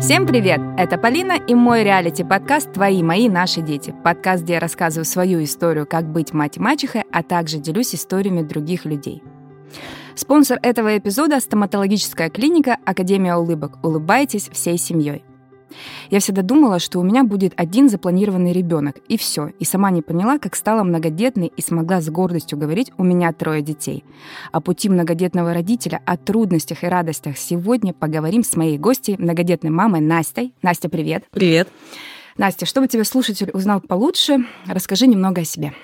Всем привет! Это Полина и мой реалити-подкаст «Твои, мои, наши дети». Подкаст, где я рассказываю свою историю, как быть мать и мачехой, а также делюсь историями других людей. Спонсор этого эпизода – стоматологическая клиника «Академия улыбок». Улыбайтесь всей семьей. Я всегда думала, что у меня будет один запланированный ребенок, и все. И сама не поняла, как стала многодетной и смогла с гордостью говорить: у меня 3 детей. О пути многодетного родителя, о трудностях и радостях сегодня поговорим с моей гостьей, многодетной мамой Настей. Настя, привет. Привет. Настя, чтобы тебя слушатель узнал получше, расскажи немного о себе.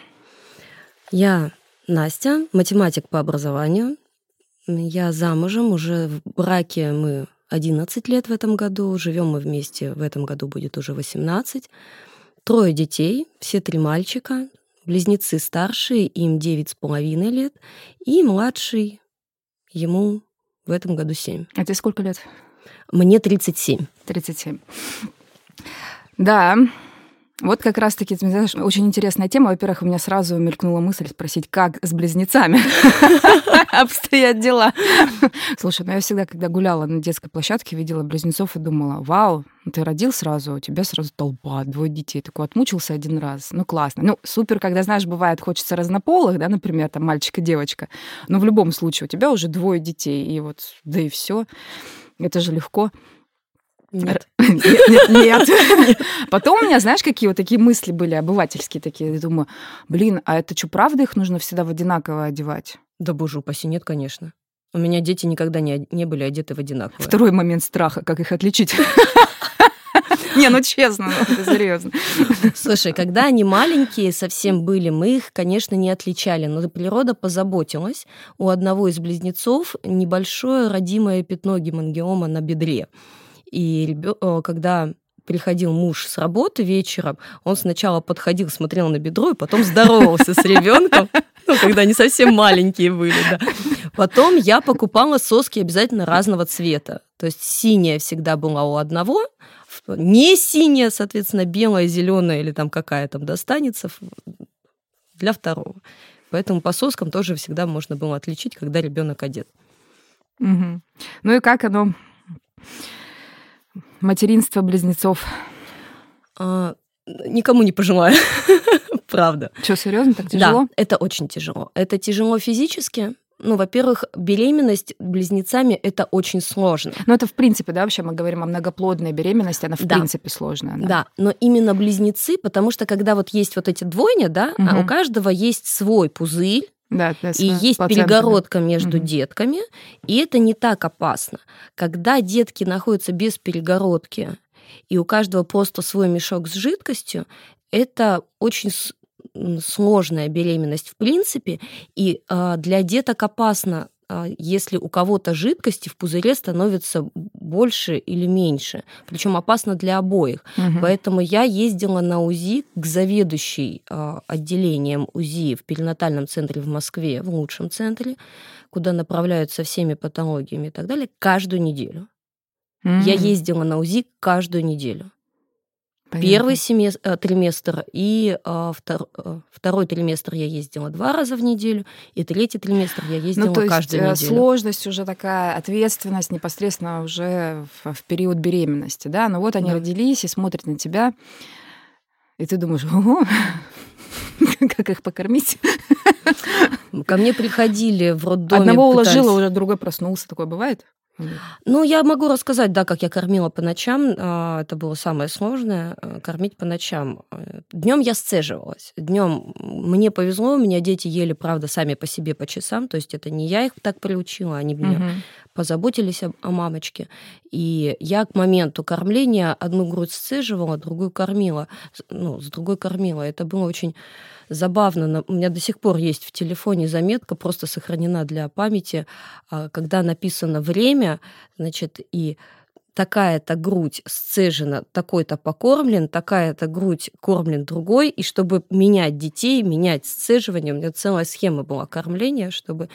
Я Настя, математик по образованию. Я замужем, уже в браке мы 11 лет в этом году, живем мы вместе, в этом году будет уже 18. 3 детей, все 3 мальчика, близнецы старшие, им 9,5 лет, и младший, ему в этом году 7. А тебе сколько лет? Мне 37. 37. Да, вот как раз-таки, ты знаешь, очень интересная тема. Во-первых, у меня сразу мелькнула мысль спросить, как с близнецами обстоят дела. Слушай, я всегда, когда гуляла на детской площадке, видела близнецов и думала: вау, ты родил сразу, у тебя сразу толпа, 2 детей. Такой отмучился один раз. Классно. Супер, когда, знаешь, бывает, хочется разнополых, да, например, там мальчик и девочка. Но в любом случае у тебя уже 2 детей, и вот, да и все. Это же легко. Нет. Нет. Потом у меня, знаешь, какие вот такие мысли были обывательские такие. Я думаю, а это что, правда их нужно всегда в одинаково одевать? Да боже упаси, нет, конечно. У меня дети никогда не были одеты в одинаково. Второй момент страха, как их отличить. Не, честно, это серьезно. Слушай, когда они маленькие совсем были, мы их, конечно, не отличали, но природа позаботилась. У одного из близнецов небольшое родимое пятно гемангиома на бедре. И когда приходил муж с работы вечером, он сначала подходил, смотрел на бедро, и потом здоровался с ребенком, когда они совсем маленькие были, да. Потом я покупала соски обязательно разного цвета. То есть синяя всегда была у одного, не синяя, соответственно, белая, зеленая или там какая там достанется для второго. Поэтому по соскам тоже всегда можно было отличить, когда ребенок одет. Угу. И как оно? Материнство близнецов. Никому не пожелаю, правда. Что, серьезно, так тяжело? Да, это очень тяжело. Это тяжело физически. Во-первых, беременность близнецами – это очень сложно. Это в принципе, да, вообще мы говорим о многоплодной беременности, она в принципе сложная. Да, но именно близнецы, потому что когда вот есть вот эти двойни, да, у каждого есть свой пузырь, да, и есть перегородка между детками, и это не так опасно. Когда детки находятся без перегородки, и у каждого просто свой мешок с жидкостью, это очень сложная беременность в принципе, и для деток опасно, если у кого-то жидкости в пузыре становится больше или меньше. Причем опасно для обоих. Поэтому я ездила на УЗИ к заведующей отделением УЗИ в перинатальном центре в Москве, в лучшем центре, куда направляют со всеми патологиями и так далее, каждую неделю. Я ездила на УЗИ каждую неделю. Понятно. 1 триместр и 2 триместр я ездила 2 раза в неделю, и 3 триместр я ездила каждую неделю. Сложность уже такая, ответственность непосредственно уже в период беременности, да? Они родились и смотрят на тебя, и ты думаешь: ого, как их покормить? Ко мне приходили в роддоме. Одного уложила, уже другой проснулся, такое бывает? Я могу рассказать, да, как я кормила по ночам. Это было самое сложное – кормить по ночам. Днем я сцеживалась. Днем мне повезло, у меня дети ели, правда, сами по себе по часам. То есть это не я их так приучила, они мне позаботились о мамочке. И я к моменту кормления одну грудь сцеживала, другую кормила. С другой кормила. Это было очень забавно. У меня до сих пор есть в телефоне заметка, просто сохранена для памяти, когда написано время, и такая-то грудь сцежена, такой-то покормлен, такая-то грудь кормлен другой, и чтобы менять детей, менять сцеживание, у меня целая схема была кормления, чтобы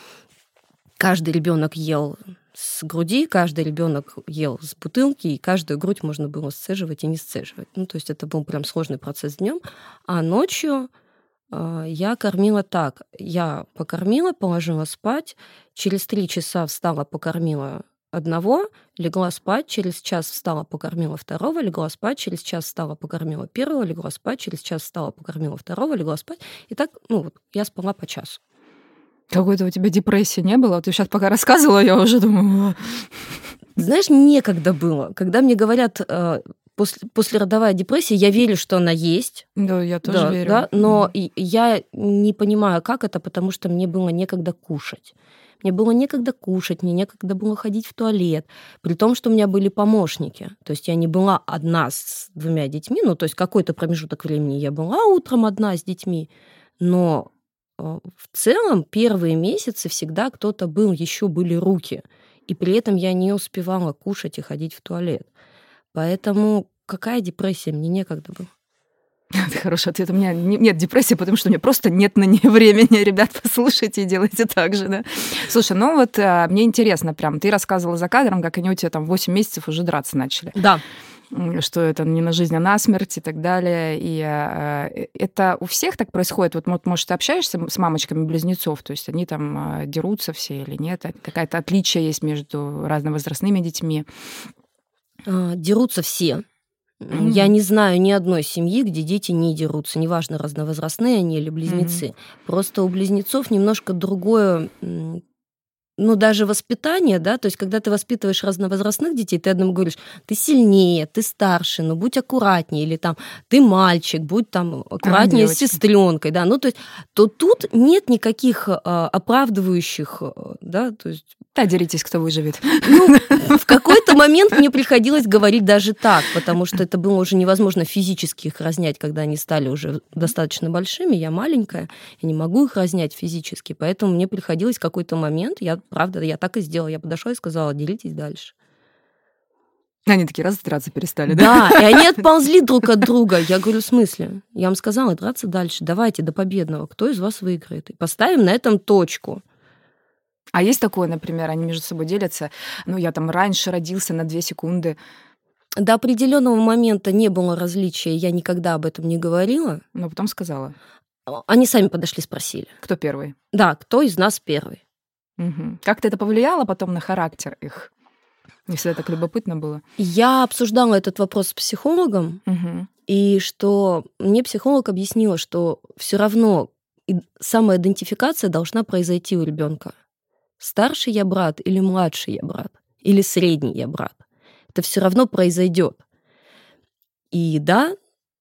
каждый ребенок ел с груди, каждый ребенок ел с бутылки, и каждую грудь можно было сцеживать и не сцеживать. То есть это был прям сложный процесс днем. А ночью я кормила так. Я покормила, положила спать, через 3 часа встала, покормила одного, легла спать, через час встала, покормила второго, легла спать, через час встала, покормила первого, легла спать, через час встала, покормила второго, легла спать. И так, я спала по часу. Какой-то у тебя депрессии не было? Ты сейчас пока рассказывала, я уже думаю... Знаешь, некогда было. Когда мне говорят послеродовая депрессия, я верю, что она есть. Да, я тоже верю. Да, но я не понимаю, как это, потому что мне было некогда кушать. Мне было некогда кушать, мне некогда было ходить в туалет, при том, что у меня были помощники. То есть я не была одна с 2 детьми, то есть какой-то промежуток времени я была утром одна с детьми, но в целом первые месяцы всегда кто-то был, еще были руки, и при этом я не успевала кушать и ходить в туалет. Поэтому какая депрессия? Мне некогда было. Это хороший ответ. У меня нет депрессии, потому что у меня просто нет на нее времени. Ребят, послушайте и делайте так же, да. Слушай, мне интересно прям. Ты рассказывала за кадром, как они у тебя там 8 месяцев уже драться начали. Да. Что это не на жизнь, а на смерть и так далее. И это у всех так происходит? Вот, может, ты общаешься с мамочками близнецов, то есть они там дерутся все или нет? Какое-то отличие есть между разновозрастными детьми? Дерутся все. Я не знаю ни одной семьи, где дети не дерутся, неважно, разновозрастные они или близнецы. Просто у близнецов немножко другое, даже воспитание, да, то есть когда ты воспитываешь разновозрастных детей, ты одному говоришь, ты сильнее, ты старше, будь аккуратнее, или там, ты мальчик, будь там аккуратнее с сестренкой, да, то есть, то тут нет никаких оправдывающих, да, то есть... Да, деритесь, кто выживет. В какой-то момент мне приходилось говорить даже так, потому что это было уже невозможно физически их разнять, когда они стали уже достаточно большими, я маленькая, я не могу их разнять физически, поэтому мне приходилось в какой-то момент, я так и сделала, я подошла и сказала, деритесь дальше. Они такие раз драться перестали, да? Да, и они отползли друг от друга. Я говорю, в смысле? Я вам сказала, драться дальше, давайте до победного, кто из вас выиграет. И поставим на этом точку. А есть такое, например, они между собой делятся, я там раньше родился на 2 секунды. До определенного момента не было различия, я никогда об этом не говорила. Но потом сказала. Они сами подошли, спросили. Кто первый? Да, кто из нас первый. Угу. Как-то это повлияло потом на характер их? Если это так любопытно было. Я обсуждала этот вопрос с психологом, и что мне психолог объяснила, что все равно самоидентификация должна произойти у ребенка. Старший я брат или младший я брат, или средний я брат. Это все равно произойдет. И да,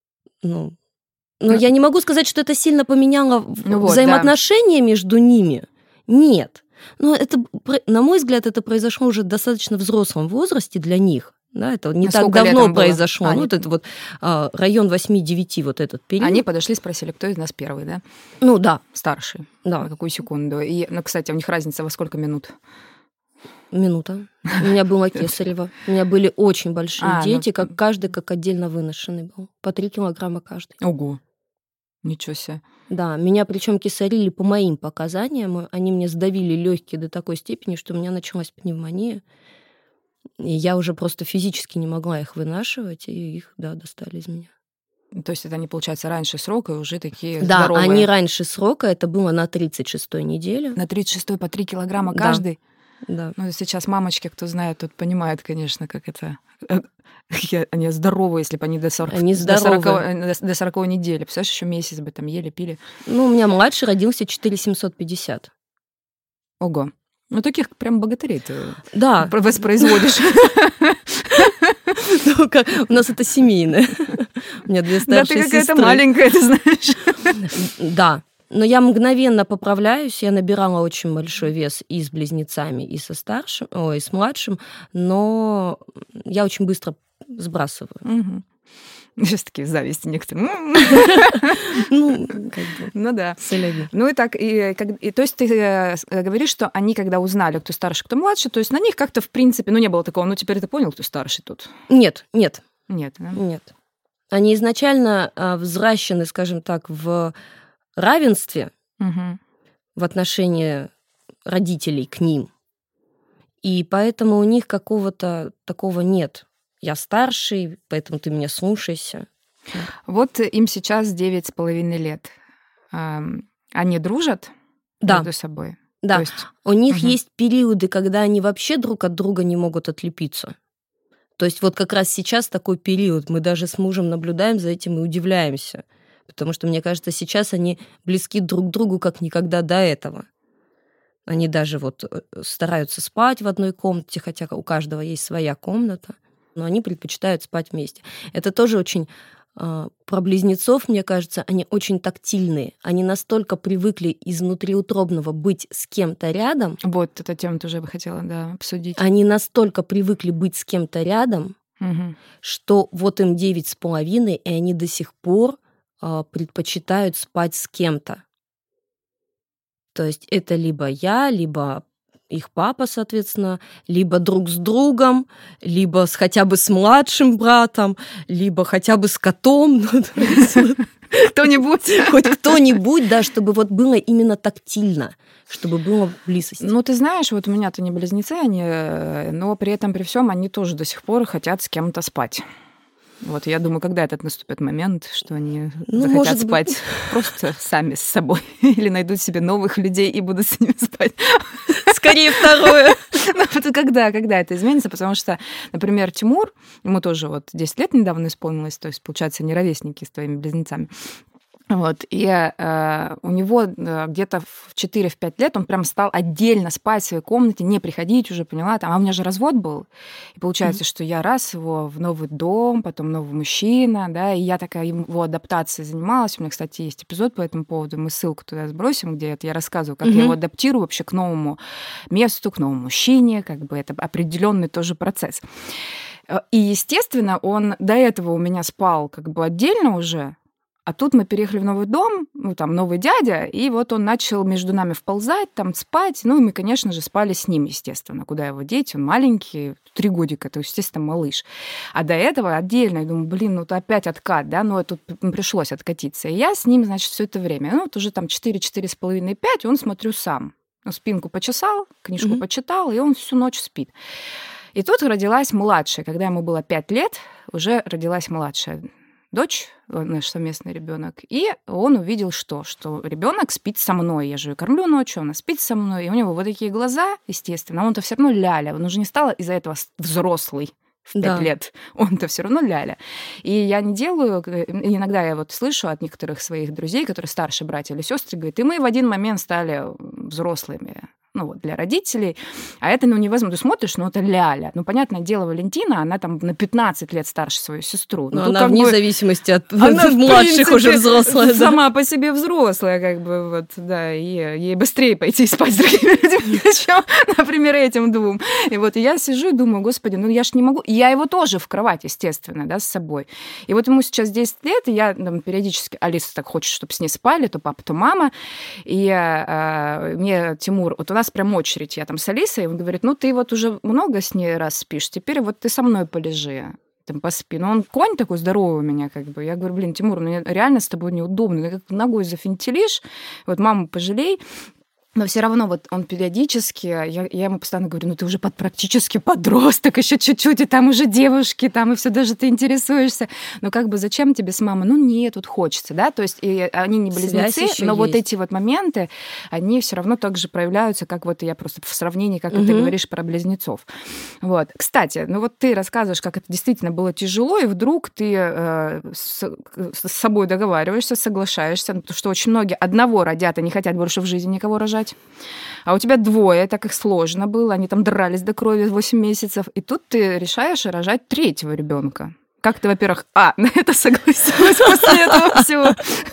я не могу сказать, что это сильно поменяло взаимоотношения между ними. Нет. Но это, на мой взгляд, это произошло уже в достаточно взрослом возрасте для них. Да, это не так давно произошло. Это район 8-9, вот этот период. Они подошли, спросили, кто из нас первый, да? Да. Старший. Да. На какую секунду? И, кстати, у них разница во сколько минут? Минута. У меня было кесарево. У меня были очень большие дети, каждый как отдельно выношенный был. По 3 килограмма каждый. Ого. Ничего себе. Да, меня причем кесарили по моим показаниям. Они мне сдавили легкие до такой степени, что у меня началась пневмония. И я уже просто физически не могла их вынашивать, и их, достали из меня. То есть это они, получается, раньше срока уже такие здоровые? Да, они раньше срока, это было на 36-й неделе. На 36-й по 3 килограмма каждый? Да. Сейчас мамочки, кто знает, тот понимает, конечно, как это... Они здоровые, если бы они до 40 недели. Представляешь, еще месяц бы там ели, пили. У меня младший родился 4750. Ого. Таких прям богатырей ты воспроизводишь. У нас это семейное. У меня 2 старшие сестры. Да, ты какая-то маленькая, ты знаешь. Да. Но я мгновенно поправляюсь, я набирала очень большой вес и с близнецами, и с младшим, но я очень быстро сбрасываю. Сейчас такие зависти некоторые. Да. И так, то есть ты говоришь, что они, когда узнали, кто старше, кто младше, то есть на них как-то, в принципе, не было такого, теперь ты понял, кто старший тут? Нет. Нет, да? Нет. Они изначально взращены, скажем так, в равенстве в отношении родителей к ним. И поэтому у них какого-то такого нет. Я старший, поэтому ты меня слушайся. Вот им сейчас 9,5 лет. Они дружат между собой? Да, есть... у них есть периоды, когда они вообще друг от друга не могут отлепиться. То есть вот как раз сейчас такой период. Мы даже с мужем наблюдаем за этим и удивляемся. Потому что, мне кажется, сейчас они близки друг к другу, как никогда до этого. Они даже вот стараются спать в одной комнате, хотя у каждого есть своя комната, но они предпочитают спать вместе. Это тоже очень... Про близнецов, мне кажется, они очень тактильные. Они настолько привыкли из внутриутробного быть с кем-то рядом. Вот, эту тему тоже я бы хотела, да, обсудить. Они настолько привыкли быть с кем-то рядом, что вот им 9,5, и они до сих пор предпочитают спать с кем-то. То есть это либо я, либо их папа, соответственно, либо друг с другом, либо хотя бы с младшим братом, либо хотя бы с котом. Кто-нибудь. Хоть кто-нибудь, да, чтобы вот было именно тактильно, чтобы было близость. Ну, ты знаешь, вот у меня-то не близнецы, но при этом, при всем, они тоже до сих пор хотят с кем-то спать. Вот я думаю, когда этот наступит момент, что они захотят спать просто сами с собой или найдут себе новых людей и будут с ними спать. Скорее второе. Когда это изменится? Потому что, например, Тимур, ему тоже вот 10 лет недавно исполнилось, то есть, получается, они ровесники с твоими близнецами. Вот, и у него где-то в 4-5 лет он прям стал отдельно спать в своей комнате, не приходить уже, поняла, там, а у меня же развод был, и получается, что я раз его в новый дом, потом новый мужчина, да, и я такая его адаптацией занималась, у меня, кстати, есть эпизод по этому поводу, мы ссылку туда сбросим, где я рассказываю, как я его адаптирую вообще к новому месту, к новому мужчине, как бы это определенный тоже процесс. И, естественно, он до этого у меня спал как бы отдельно уже. А тут мы переехали в новый дом, ну, там, новый дядя, и вот он начал между нами вползать, там, спать. Ну, и мы, конечно же, спали с ним, естественно. Куда его деть? Он маленький, 3 годика, это, естественно, малыш. А до этого отдельно, я думаю, блин, ну, это опять откат, да, ну, тут пришлось откатиться. И я с ним, значит, все это время. Ну, вот уже там 4,5, 5, он, смотрю, сам. Ну, спинку почесал, книжку почитал, и он всю ночь спит. И тут родилась младшая. Когда ему было 5 лет, уже родилась младшая дочь, наш совместный ребенок, и он увидел что ребенок спит со мной, я же ее кормлю ночью, она спит со мной, и у него вот такие глаза, естественно, он-то все равно ляля, он уже не стал из-за этого взрослый в 5 лет, он-то все равно ляля. И я не делаю, иногда я вот слышу от некоторых своих друзей, которые старшие братья или сестры, говорят, и мы в один момент стали взрослыми. Ну, вот, для родителей. А это, ну, невозможно. Ты смотришь, ну, это ляля. Ну, понятное дело, Валентина, она там на 15 лет старше свою сестру. Ну, она вне зависимости от младших уже взрослая. Сама по себе взрослая, как бы, вот, да, и ей быстрее пойти спать с другими людьми, чем, например, этим двум. И вот я сижу и думаю, господи, ну, я ж не могу. И я его тоже в кровать, естественно, да, с собой. И вот ему сейчас 10 лет, и я там периодически, Алиса так хочет, чтобы с ней спали, то папа, то мама. И мне Тимур, вот у нас прям очередь, я там с Алисой, и он говорит, ну, ты вот уже много с ней раз спишь, теперь вот ты со мной полежи, там, поспи. Но он конь такой здоровый у меня, как бы. Я говорю, блин, Тимур, мне реально с тобой неудобно, ты как ногой зафинтелишь, вот маму пожалей. Но все равно вот он периодически, я ему постоянно говорю, ну ты уже практически подросток, еще чуть-чуть, и там уже девушки, там и все даже ты интересуешься. Но как бы зачем тебе с мамой? Ну нет, тут хочется, да, то есть и они не близнецы, но вот эти вот моменты, они все равно также проявляются, как вот я просто в сравнении, как ты говоришь про близнецов. Вот. Кстати, ну вот ты рассказываешь, как это действительно было тяжело, и вдруг ты с собой договариваешься, соглашаешься, потому что очень многие одного родят и не хотят больше в жизни никого рожать. А у тебя 2, так их сложно было, они там дрались до крови 8 месяцев, и тут ты решаешь рожать 3-го ребенка. Как ты, во-первых, на это согласилась после этого всего?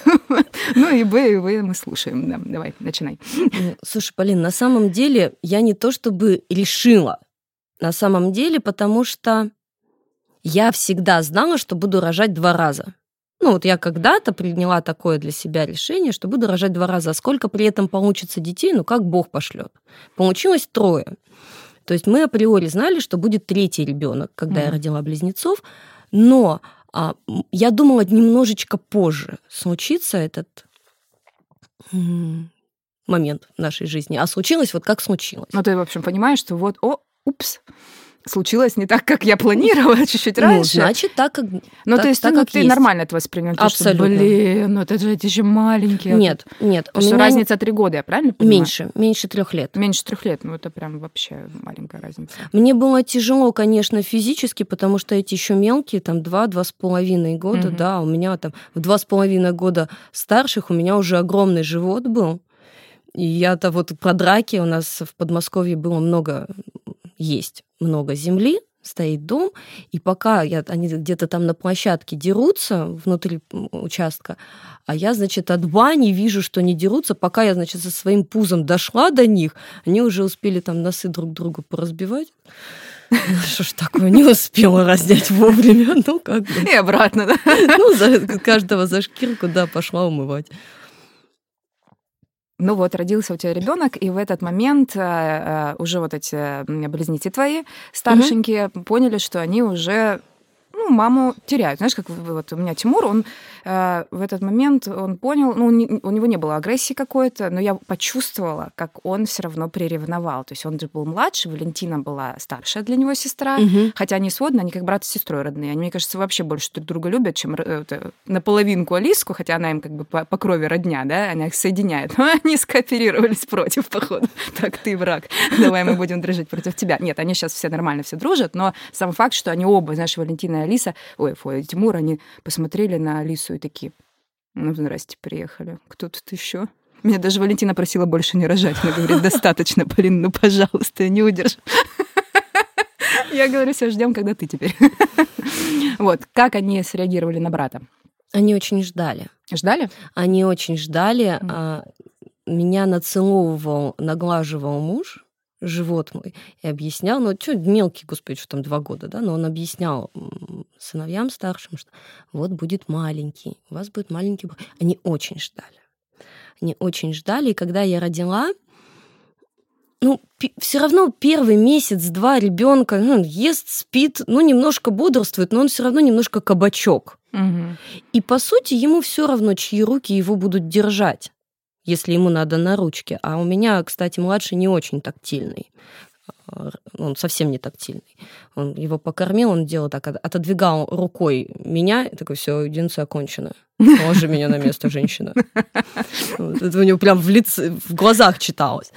Ну и Б, мы слушаем. Да, давай, начинай. Слушай, Полин, на самом деле я не то чтобы решила. На самом деле, потому что я всегда знала, что буду рожать 2 раза. Ну, вот я когда-то приняла такое для себя решение, что буду рожать 2 раза. А сколько при этом получится детей, ну, как Бог пошлет. Получилось 3. То есть мы априори знали, что будет 3-й ребенок, когда я родила близнецов. Но я думала, немножечко позже случится этот момент в нашей жизни. А случилось вот как случилось. Ну, ты, в общем, понимаешь, что вот, упс, случилось не так, как я планировала, чуть-чуть раньше. Значит, так, как Ну, то есть ты есть. нормально это восприняла? Абсолютно. Блин, ну это же эти же маленькие. Нет. Потому что разница 3 года, я правильно понимаю? Меньше 3 лет. Меньше 3 лет, ну это прям вообще маленькая разница. Мне было тяжело, конечно, физически, потому что эти еще мелкие, там 2-2,5 года, да, у меня там в 2,5 года старших у меня уже огромный живот был. И я-то вот про драки, у нас в Подмосковье было много земли, стоит дом, и пока они где-то там на площадке дерутся внутри участка, а я, значит, от бани вижу, что не дерутся, пока я, значит, со своим пузом дошла до них, они уже успели там носы друг другу поразбивать. Что ж такое, не успела раздеть вовремя, ну как бы. И обратно, да? Ну, каждого за шкирку, да, пошла умывать. Ну вот, родился у тебя ребенок, и в этот момент уже вот эти близнецы твои старшенькие поняли, что они уже маму теряют. Знаешь, как вот у меня Тимур, он в этот момент он понял, у него не было агрессии какой-то, но я почувствовала, как он все равно приревновал. То есть он же был младше, Валентина была старшая для него сестра, хотя они сводные, они как брат с сестрой родные. Они, мне кажется, вообще больше друг друга любят, чем наполовинку Алиску, хотя она им как бы по крови родня, да, она их соединяет. Но они скооперировались против, походу. Так, ты враг. Давай мы будем дружить против тебя. Нет, они сейчас все нормально, все дружат, но сам факт, что они оба, знаешь, Валентина и Алиса, Тимур, они посмотрели на Алису и такие: ну, здрасте, приехали. Кто тут еще? Меня даже Валентина просила больше не рожать. Она говорит: достаточно, Полин, ну, пожалуйста, я не удержу. Я говорю: все, ждем, когда ты теперь. Вот, как они среагировали на брата? Они очень ждали. Ждали? Они очень ждали. Меня нацеловывал, наглаживал муж, живот мой, и объяснял, мелкий, господи, что там 2 года, да, но он объяснял сыновьям старшим, что вот будет маленький, у вас будет маленький брат. Они очень ждали. Они очень ждали, и когда я родила, все равно первый месяц-два ребенка ест, спит, немножко бодрствует, но он все равно немножко кабачок. И, по сути, ему все равно, чьи руки его будут держать, если ему надо на ручке. А у меня, кстати, младший не очень тактильный. Он совсем не тактильный. Он его покормил, он делал так, отодвигал рукой меня, и такой: все, аудиенция окончена. Положи меня на место, женщина. Это у него прям в глазах читалось.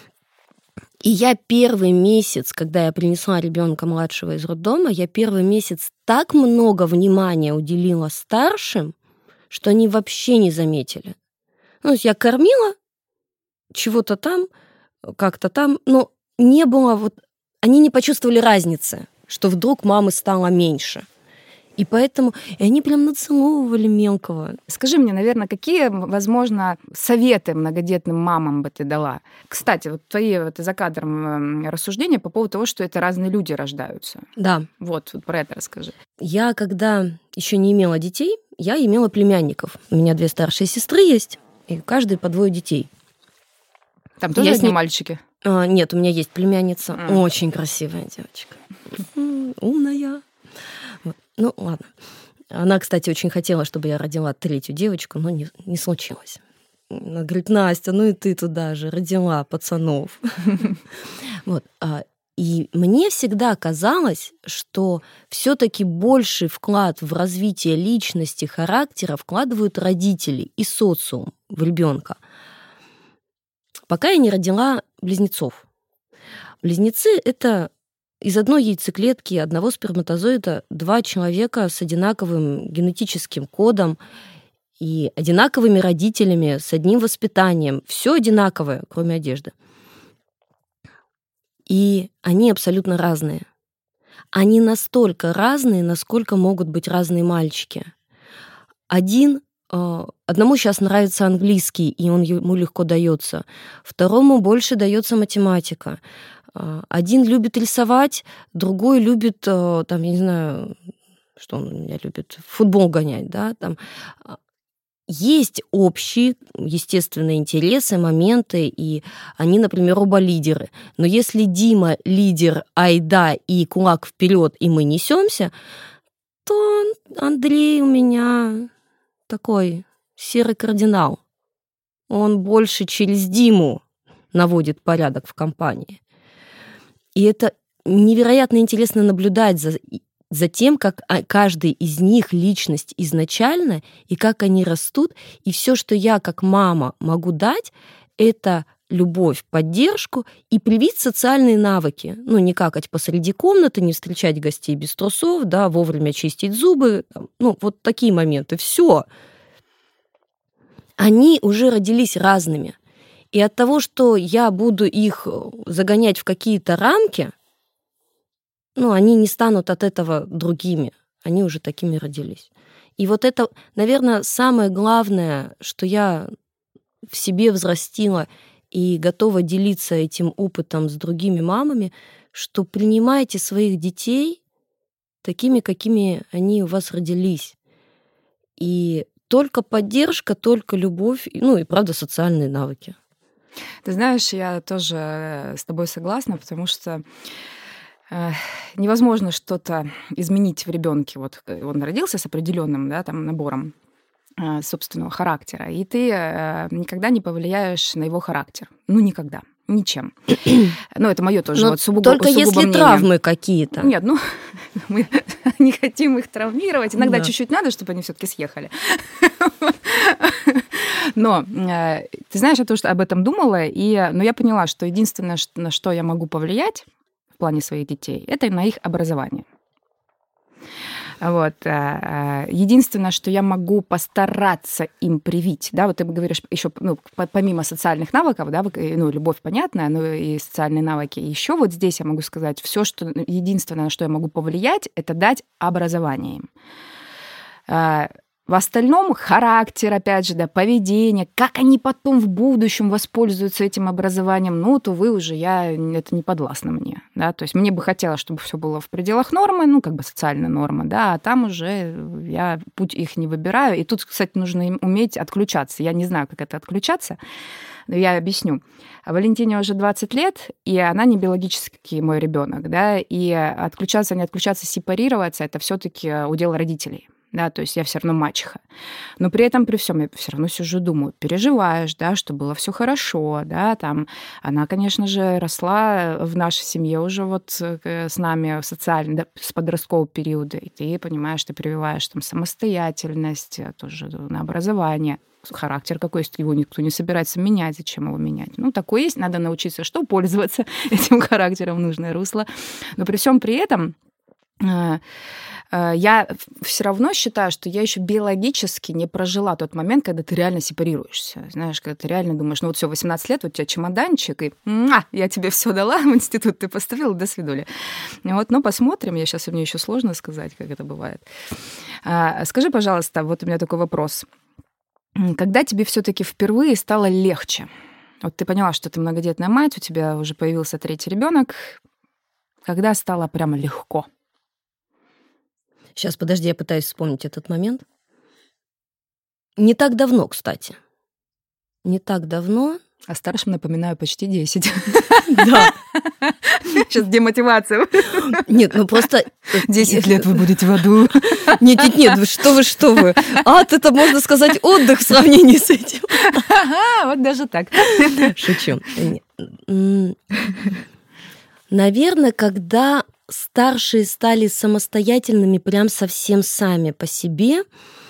И я первый месяц, когда я принесла ребенка младшего из роддома, я первый месяц так много внимания уделила старшим, что они вообще не заметили. То есть я кормила чего-то там, как-то там, но не было они не почувствовали разницы, что вдруг мамы стало меньше. И поэтому они прям нацеловывали мелкого. Скажи мне, наверное, какие, возможно, советы многодетным мамам бы ты дала? Кстати, вот твои за кадром рассуждения по поводу того, что это разные люди рождаются. Да. Вот про это расскажи. Я, когда еще не имела детей, я имела племянников. У меня 2 старшие сестры есть, и каждый по 2 детей. Там тоже одни мальчики? Нет, у меня есть племянница. Очень красивая девочка. Умная. Ну, ладно. Она, кстати, очень хотела, чтобы я родила 3-ю девочку, но не случилось. Она говорит: Настя, и ты туда же родила пацанов. Вот. И мне всегда казалось, что все-таки больший вклад в развитие личности, характера вкладывают родители и социум в ребенка. Пока я не родила близнецов. Близнецы — это из одной яйцеклетки, одного сперматозоида 2 человека с одинаковым генетическим кодом и одинаковыми родителями, с одним воспитанием. Все одинаковое, кроме одежды. И они абсолютно разные. Они настолько разные, насколько могут быть разные мальчики. Одному сейчас нравится английский, и он ему легко дается. Второму больше дается математика. Один любит рисовать, другой любит, я не знаю, что он у меня любит, футбол гонять, да, там. Есть общие, естественные интересы, моменты, и они, например, оба лидеры. Но если Дима лидер, айда, и кулак вперед, и мы несемся, то Андрей у меня такой серый кардинал. Он больше через Диму наводит порядок в компании. И это невероятно интересно наблюдать за тем, как каждый из них личность изначально, и как они растут. И все, что я как мама могу дать, это любовь, поддержку и привить социальные навыки. Ну, не какать посреди комнаты, не встречать гостей без трусов, да, вовремя чистить зубы. Ну, вот такие моменты. Все. Они уже родились разными. И от того, что я буду их загонять в какие-то рамки, ну, они не станут от этого другими. Они уже такими родились. И вот это, наверное, самое главное, что я в себе взрастила и готова делиться этим опытом с другими мамами, что принимайте своих детей такими, какими они у вас родились. И только поддержка, только любовь, ну и, правда, социальные навыки. Ты знаешь, я тоже с тобой согласна, потому что невозможно что-то изменить в ребенке. Вот он родился с определенным, да, там, набором собственного характера, и ты никогда не повлияешь на его характер. Ну, никогда. Ничем. Ну, это мое тоже. Вот только если мнение. Травмы какие-то. Нет, ну, мы не хотим их травмировать. Иногда чуть-чуть надо, чтобы они все-таки съехали. Но ты знаешь, я тоже об этом думала, но я поняла, что единственное, на что я могу повлиять в плане своих детей, это на их образование. Вот. Единственное, что я могу постараться им привить, да, вот ты говоришь еще, ну, помимо социальных навыков, да, ну, любовь понятная, но и социальные навыки. Еще вот здесь я могу сказать, все, что единственное, на что я могу повлиять, это дать образование им. В остальном характер, опять же, да, поведение, как они потом в будущем воспользуются этим образованием, ну, то вы уже, это не подвластно мне, да, то есть мне бы хотелось, чтобы все было в пределах нормы, ну, как бы социальной нормы, да, а там уже я путь их не выбираю, и тут, кстати, нужно им уметь отключаться, я не знаю, как это отключаться, но я объясню. Валентине уже 20 лет, и она не биологический мой ребенок, да, и отключаться, не отключаться, сепарироваться, это все-таки удел родителей. Да, то есть я все равно мачеха. Но при этом, при всем, я все равно сижу, думаю, переживаешь, да, что было все хорошо, да, там, она, конечно же, росла в нашей семье уже вот с нами социально, да, с подросткового периода, и ты понимаешь, ты прививаешь там самостоятельность, тоже на образование, характер какой есть, его никто не собирается менять, зачем его менять? Ну, такой есть, надо научиться, что пользоваться этим характером в нужное русло. Но при всем при этом я все равно считаю, что я еще биологически не прожила тот момент, когда ты реально сепарируешься. Знаешь, когда ты реально думаешь, ну вот все, 18 лет, вот у тебя чемоданчик, и я тебе все дала, в институт ты поступила, до свидули. Вот, ну, посмотрим. Мне еще сложно сказать, как это бывает. Скажи, пожалуйста, вот у меня такой вопрос. Когда тебе все-таки впервые стало легче? Вот ты поняла, что ты многодетная мать, у тебя уже появился 3-й ребенок. Когда стало прямо легко? Сейчас, подожди, я пытаюсь вспомнить этот момент. Не так давно, кстати. Не так давно. А старшим, напоминаю, почти 10. Да. Сейчас демотивация. Нет, ну просто... 10 лет вы будете в аду. Нет, что вы. Ад, это, можно сказать, отдых в сравнении с этим. Ага, вот даже так. Шучу. Наверное, когда старшие стали самостоятельными прям совсем сами по себе,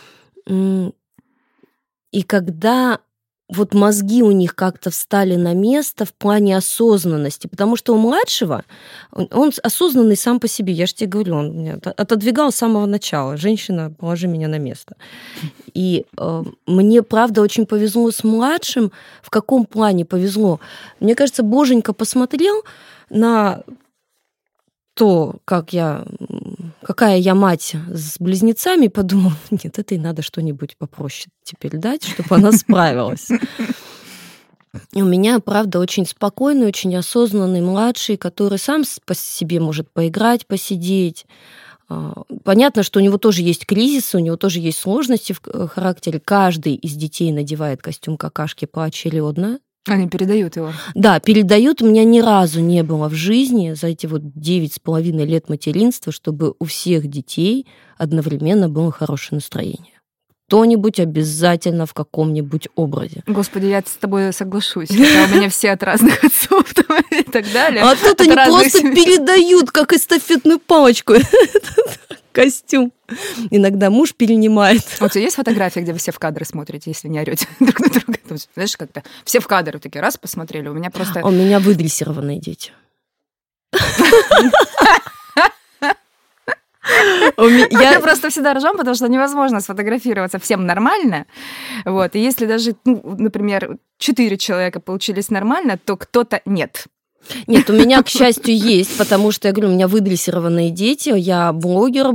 и когда вот мозги у них как-то встали на место в плане осознанности, потому что у младшего он осознанный сам по себе, я же тебе говорю, он меня отодвигал с самого начала, женщина, положи меня на место. И мне, правда, очень повезло с младшим. В каком плане повезло? Мне кажется, Боженька посмотрел на то, какая я мать с близнецами, и подумал, нет, этой надо что-нибудь попроще теперь дать, чтобы она справилась. И у меня, правда, очень спокойный, очень осознанный младший, который сам по себе может поиграть, посидеть. Понятно, что у него тоже есть кризисы, у него тоже есть сложности в характере. Каждый из детей надевает костюм какашки поочередно. Они передают его. Да, передают. У меня ни разу не было в жизни за эти вот 9,5 лет материнства, чтобы у всех детей одновременно было хорошее настроение. кто-нибудь обязательно в каком-нибудь образе. Господи, я с тобой соглашусь. Хотя у меня все от разных отцов там, и так далее. А тут они просто передают, как эстафетную палочку, этот костюм. Иногда муж перенимает. А у тебя есть фотография, где вы все в кадры смотрите, если не орете друг на друга? Знаешь, как-то все в кадры такие раз посмотрели. У меня просто... У меня выдрессированные дети. Я просто всегда ржем, потому что невозможно сфотографироваться всем нормально. Вот. И если даже, например, 4 человека получились нормально, то кто-то нет. Нет, у меня, к счастью, есть, потому что, я говорю, у меня выдрессированные дети, я блогер,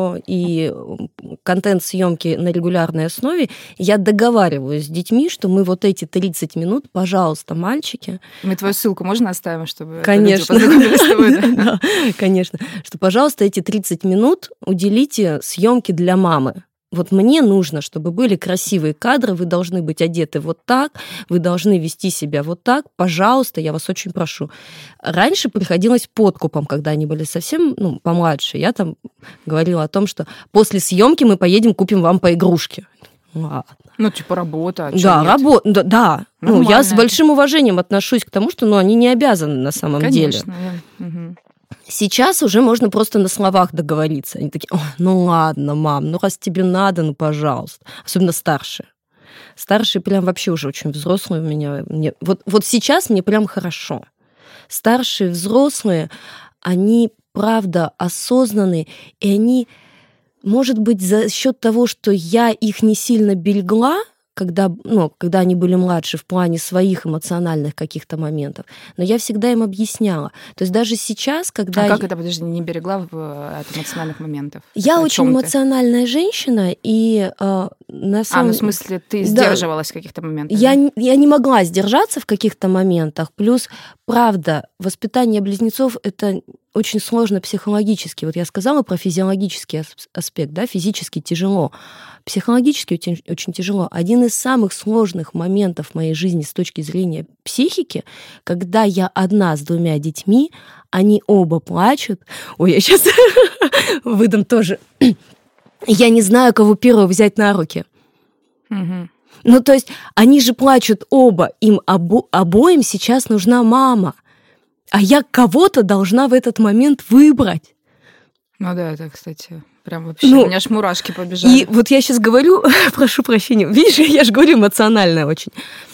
и контент-съемки на регулярной основе. Я договариваюсь с детьми, что мы вот эти 30 минут, пожалуйста, мальчики... Мы твою ссылку можно оставим, чтобы... Конечно. Познакомились с тобой, да? Да, конечно. Что, пожалуйста, эти 30 минут уделите съемке для мамы. Вот мне нужно, чтобы были красивые кадры, вы должны быть одеты вот так, вы должны вести себя вот так, пожалуйста, я вас очень прошу. Раньше приходилось подкупом, когда они были совсем помладше. Я там говорила о том, что после съемки мы поедем, купим вам по игрушке. Ладно. Типа работа. Да, работа, да. Я с большим уважением отношусь к тому, что они не обязаны на самом деле. Конечно. Сейчас уже можно просто на словах договориться. Они такие: ладно, мам, раз тебе надо, пожалуйста. Особенно старшие. Старшие прям вообще уже очень взрослые у меня. Вот сейчас мне прям хорошо. Старшие взрослые, они, правда, осознанные, и они, может быть, за счет того, что я их не сильно берегла, когда они были младше в плане своих эмоциональных каких-то моментов. Но я всегда им объясняла. То есть даже сейчас, когда... как это, подожди, не берегла от эмоциональных моментов? Я очень эмоциональная женщина, и на самом... в смысле, ты сдерживалась в каких-то моментах? Я не могла сдержаться в каких-то моментах. Плюс, правда, воспитание близнецов — это очень сложно психологически. Вот я сказала про физиологический аспект, да, физически тяжело. Психологически очень тяжело. Один из самых сложных моментов в моей жизни с точки зрения психики, когда я одна с 2 детьми, они оба плачут. Ой, я сейчас выдам тоже. Я не знаю, кого первого взять на руки. Угу. То есть они же плачут оба. Им обоим сейчас нужна мама. А я кого-то должна в этот момент выбрать. Да, это, кстати, прям вообще, у меня аж мурашки побежали. И вот я сейчас говорю, прошу прощения, видишь, я же говорю эмоционально очень.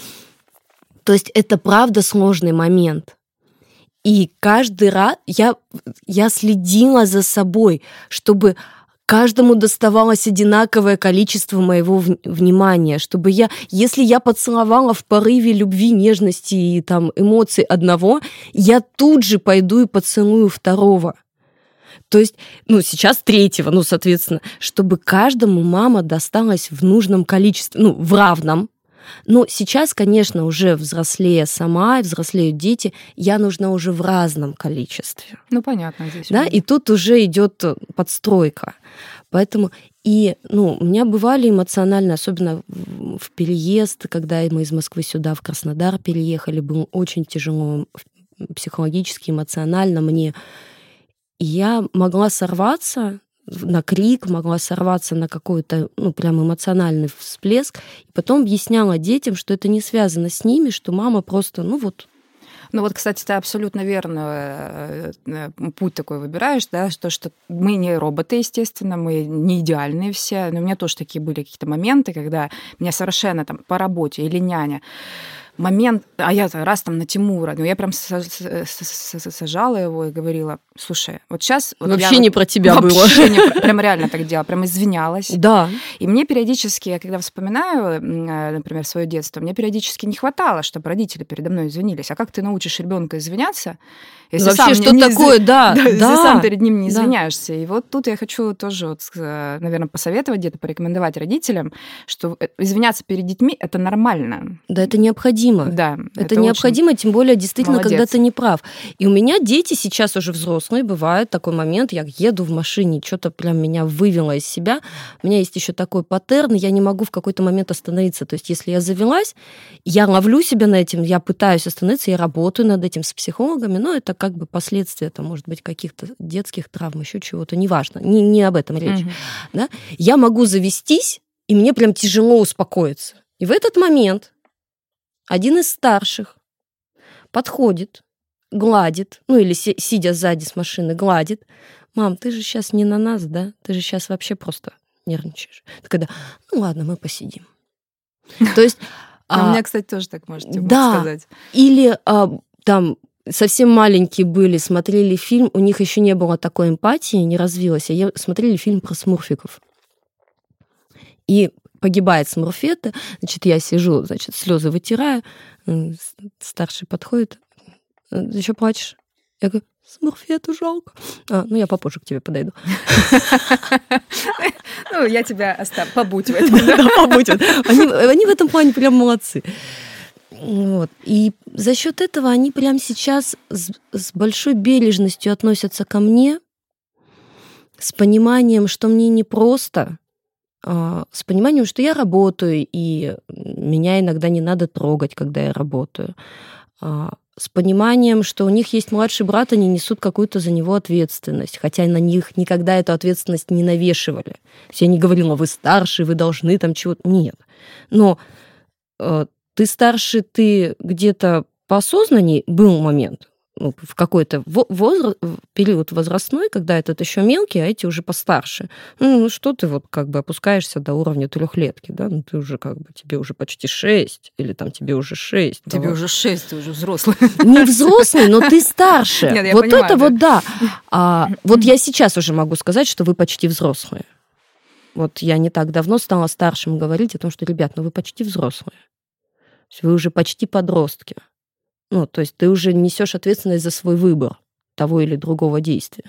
То есть это правда сложный момент. И каждый раз я следила за собой, чтобы каждому доставалось одинаковое количество моего внимания, чтобы если я поцеловала в порыве любви, нежности и эмоций одного, я тут же пойду и поцелую второго. То есть, сейчас 3-го, соответственно, чтобы каждому мама досталась в нужном количестве, в равном. Но сейчас, конечно, уже взрослея сама, взрослеют дети, я нужна уже в разном количестве. Понятно здесь. Да, и тут уже идет подстройка. Поэтому у меня бывали эмоционально, особенно в переезд, когда мы из Москвы сюда, в Краснодар переехали, было очень тяжело психологически, эмоционально мне. И я могла сорваться на крик, могла сорваться на какой-то, прям эмоциональный всплеск. И потом объясняла детям, что это не связано с ними, что мама просто, кстати, ты абсолютно верно путь такой выбираешь, да, что мы не роботы, естественно, мы не идеальные все, но у меня тоже такие были какие-то моменты, когда меня совершенно по работе или няня, а я раз на Тимура, я прям сажала его и говорила: слушай, вот сейчас... Вообще не про тебя было. Вообще не про... Прям реально так делала, прям извинялась. Да. И мне периодически, я когда вспоминаю, например, свое детство, мне периодически не хватало, чтобы родители передо мной извинились. А как ты научишь ребенка извиняться, если вообще, сам что такое, если сам перед ним не извиняешься? И вот тут я хочу тоже, наверное, посоветовать где-то, порекомендовать родителям, что извиняться перед детьми — это нормально. Да, это необходимо. Да. Это необходимо, тем более, действительно, молодец. когда ты не прав. И у меня дети сейчас уже взрослые, бывает такой момент, я еду в машине, что-то прям меня вывело из себя. У меня есть еще такой паттерн, я не могу в какой-то момент остановиться. То есть если я завелась, я ловлю себя на этим, я пытаюсь остановиться, я работаю над этим с психологами, но это как бы последствия, может быть, каких-то детских травм, еще чего-то, неважно, не об этом речь. Да? Я могу завестись, И мне прям тяжело успокоиться. И в этот момент один из старших подходит, гладит, ну или сидя сзади с машины, гладит. Мам, ты же сейчас не на нас, да? Ты же сейчас вообще просто нервничаешь. Ты когда, ну ладно, мы посидим. То есть... У меня, кстати, тоже так можете сказать. Или там совсем маленькие были, смотрели фильм, у них еще не было такой эмпатии, не развилось, смотрели фильм про смурфиков. И погибает Смурфетта, значит, я сижу, значит, слезы вытираю, старший подходит, ты что плачешь? Я говорю, Смурфетту жалко. Ну, я попозже к тебе подойду. Ну, я тебя побудь в этом. Да, побудь. Они в этом плане прям молодцы. Вот. И за счет этого они прямо сейчас с большой бережностью относятся ко мне, с пониманием, что мне непросто, с пониманием, что я работаю, и меня иногда не надо трогать, когда я работаю, с пониманием, что у них есть младший брат, они несут какую-то за него ответственность, хотя на них никогда эту ответственность не навешивали. То есть я не говорила, вы старший, вы должны там чего-то. Нет. Но ты старше, ты где-то поосознанней был момент, ну, в какой-то период возрастной, когда этот еще мелкий, а эти уже постарше. Ну, что ты вот как бы опускаешься до уровня трехлетки, да? Ну, ты уже как бы, тебе уже почти 6, или там тебе уже 6. Тебе давай. Уже 6, ты уже взрослый. Не взрослый, но ты старше. Нет, я вот понимаю, это да. Вот да. Вот я сейчас уже могу сказать, что вы почти взрослые. Вот я не так давно стала старшим говорить о том, что, ребят, ну вы почти взрослые. Вы уже почти подростки. Ну, то есть ты уже несешь ответственность за свой выбор того или другого действия.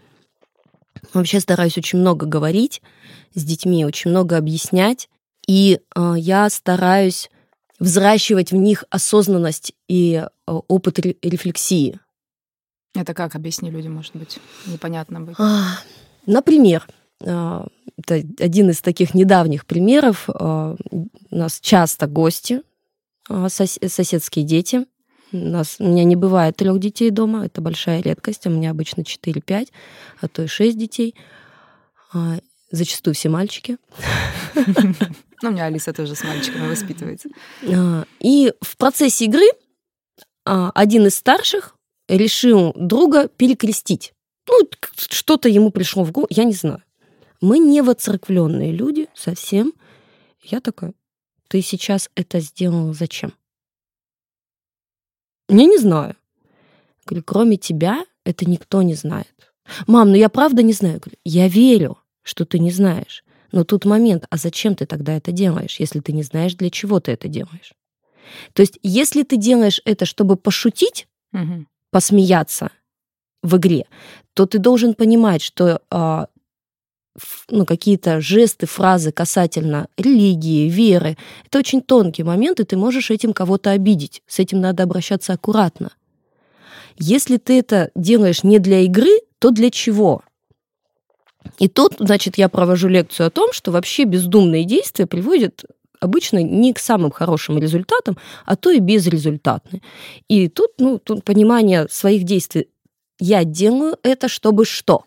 Вообще стараюсь очень много говорить с детьми, очень много объяснять, и я стараюсь взращивать в них осознанность и опыт рефлексии. Это как? Объясни людям, может быть, непонятно будет. Например, это один из таких недавних примеров. У нас часто гости, соседские дети. У меня не бывает 3 детей дома, это большая редкость. У меня обычно 4-5, а то и 6 детей. Зачастую все мальчики. Ну, у меня Алиса тоже с мальчиками воспитывается. И в процессе игры один из старших решил друга перекрестить. Ну, что-то ему пришло в голову, я не знаю. Мы не воцерквленные люди совсем. Я такая, ты сейчас это сделал зачем? Я не знаю. Говорю, кроме тебя это никто не знает. Мам, ну я правда не знаю. Говорю, я верю, что ты не знаешь. Но тут момент, а зачем ты тогда это делаешь, если ты не знаешь, для чего ты это делаешь? То есть, если ты делаешь это, чтобы пошутить, посмеяться в игре, то ты должен понимать, что какие-то жесты, фразы касательно религии, веры, это очень тонкий момент, и ты можешь этим кого-то обидеть. С этим надо обращаться аккуратно. Если ты это делаешь не для игры, то для чего? И тут, значит, я провожу лекцию о том, что вообще бездумные действия приводят обычно не к самым хорошим результатам, а то и безрезультатные. И тут, тут понимание своих действий. Я делаю это, чтобы что?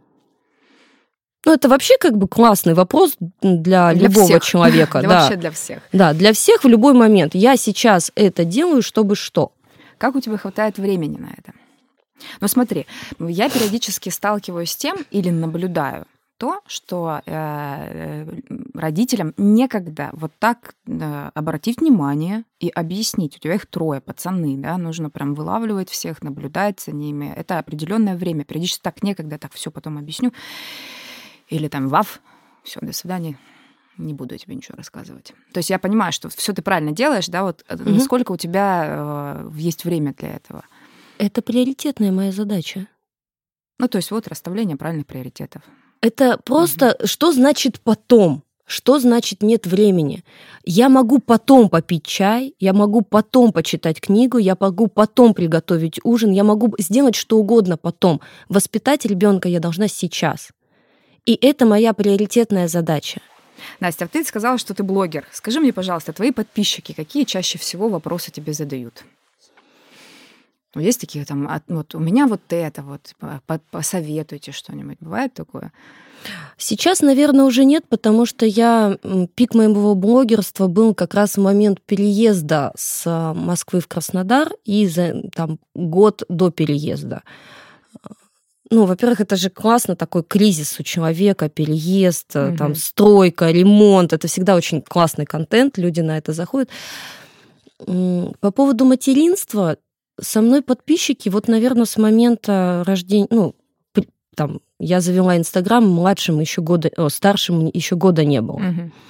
Это вообще как бы классный вопрос для любого всех. Человека. Вообще для всех. Да, для всех в любой момент. Я сейчас это делаю, чтобы что? Как у тебя хватает времени на это? Ну смотри, я периодически сталкиваюсь с тем или наблюдаю то, что родителям некогда вот так обратить внимание и объяснить. У тебя их 3 пацаны, да, нужно прям вылавливать всех, наблюдать за ними. Это определенное время. Периодически так некогда, так все потом объясню. Или там ваф, все, до свидания, не буду тебе ничего рассказывать. То есть я понимаю, что все ты правильно делаешь, да, вот насколько у тебя есть время для этого? Это приоритетная моя задача. Ну, то есть вот расставление правильных приоритетов. Это просто, что значит потом? Что значит нет времени? Я могу потом попить чай, я могу потом почитать книгу, я могу потом приготовить ужин, я могу сделать что угодно потом. Воспитать ребенка я должна сейчас. И это моя приоритетная задача. Настя, ты сказала, что ты блогер. Скажи мне, пожалуйста, твои подписчики, какие чаще всего вопросы тебе задают? Есть такие там, вот у меня вот это вот, посоветуйте что-нибудь. Бывает такое? Сейчас, наверное, уже нет, потому что пик моего блогерства был как раз в момент переезда с Москвы в Краснодар и там год до переезда. Во-первых, это же классно, такой кризис у человека, переезд, там стройка, ремонт. Это всегда очень классный контент, люди на это заходят. По поводу материнства, со мной подписчики, вот, наверное, с момента рождения, я завела Инстаграм, младшим еще года, старшим еще года не было.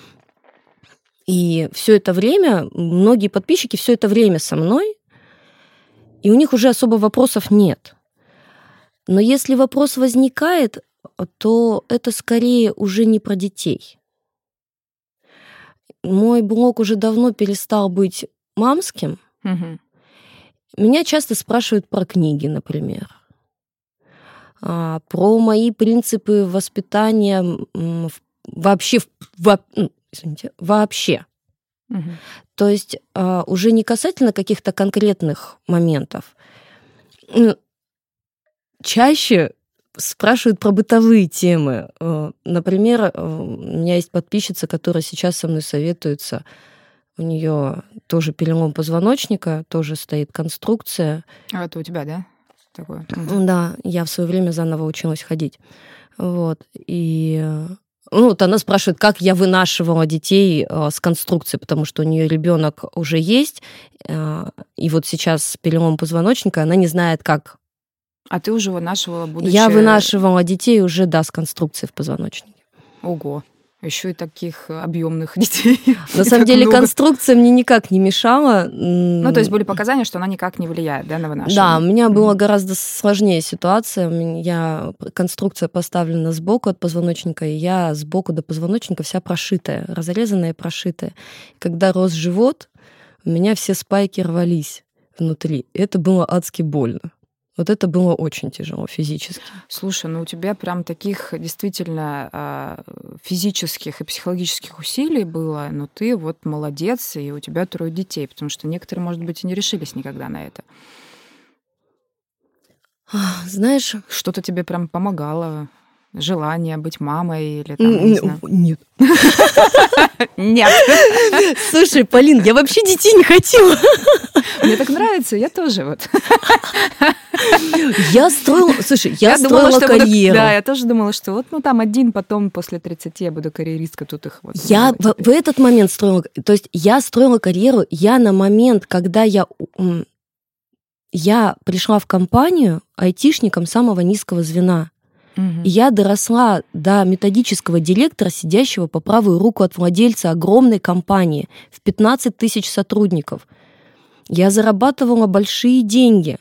И все это время, многие подписчики все это время со мной, и у них уже особо вопросов нет. Но если вопрос возникает, то это скорее уже не про детей. Мой блог уже давно перестал быть мамским. Меня часто спрашивают про книги, например. Про мои принципы воспитания вообще. Вообще. То есть уже не касательно каких-то конкретных моментов. Чаще спрашивают про бытовые темы. Например, у меня есть подписчица, которая сейчас со мной советуется. У нее тоже перелом позвоночника, тоже стоит конструкция. А это у тебя, да? Такое? Да, я в свое время заново училась ходить. Вот. И она спрашивает, как я вынашивала детей с конструкцией, потому что у нее ребенок уже есть, и вот сейчас с переломом позвоночника она не знает, как. А ты уже вынашивала будущее? Я вынашивала детей уже, с конструкцией в позвоночнике. Ого. Еще и таких объемных детей. На самом деле конструкция мне никак не мешала. То есть были показания, что она никак не влияет, да, на вынашивание? Да, у меня была гораздо сложнее ситуация. Конструкция поставлена сбоку от позвоночника, и я сбоку до позвоночника вся прошитая, разрезанная и прошитая. Когда рос живот, у меня все спайки рвались внутри. Это было адски больно. Вот это было очень тяжело физически. Слушай, у тебя прям таких действительно физических и психологических усилий было, но ты вот молодец, и у тебя 3 детей, потому что некоторые, может быть, и не решились никогда на это. Знаешь... Что-то тебе прям помогало? Желание быть мамой или там, не знаю? Нет. Нет. Слушай, Полин, я вообще детей не хотела. Мне так нравится, я тоже вот. Я строила карьеру. Да, я тоже думала, что вот там один, потом после 30 я буду карьеристка, тут их вот. Я в этот момент строила, то есть я строила карьеру, я на момент, когда я пришла в компанию айтишником самого низкого звена. И я доросла до методического директора, сидящего по правую руку от владельца огромной компании в 15 тысяч сотрудников. Я зарабатывала большие деньги.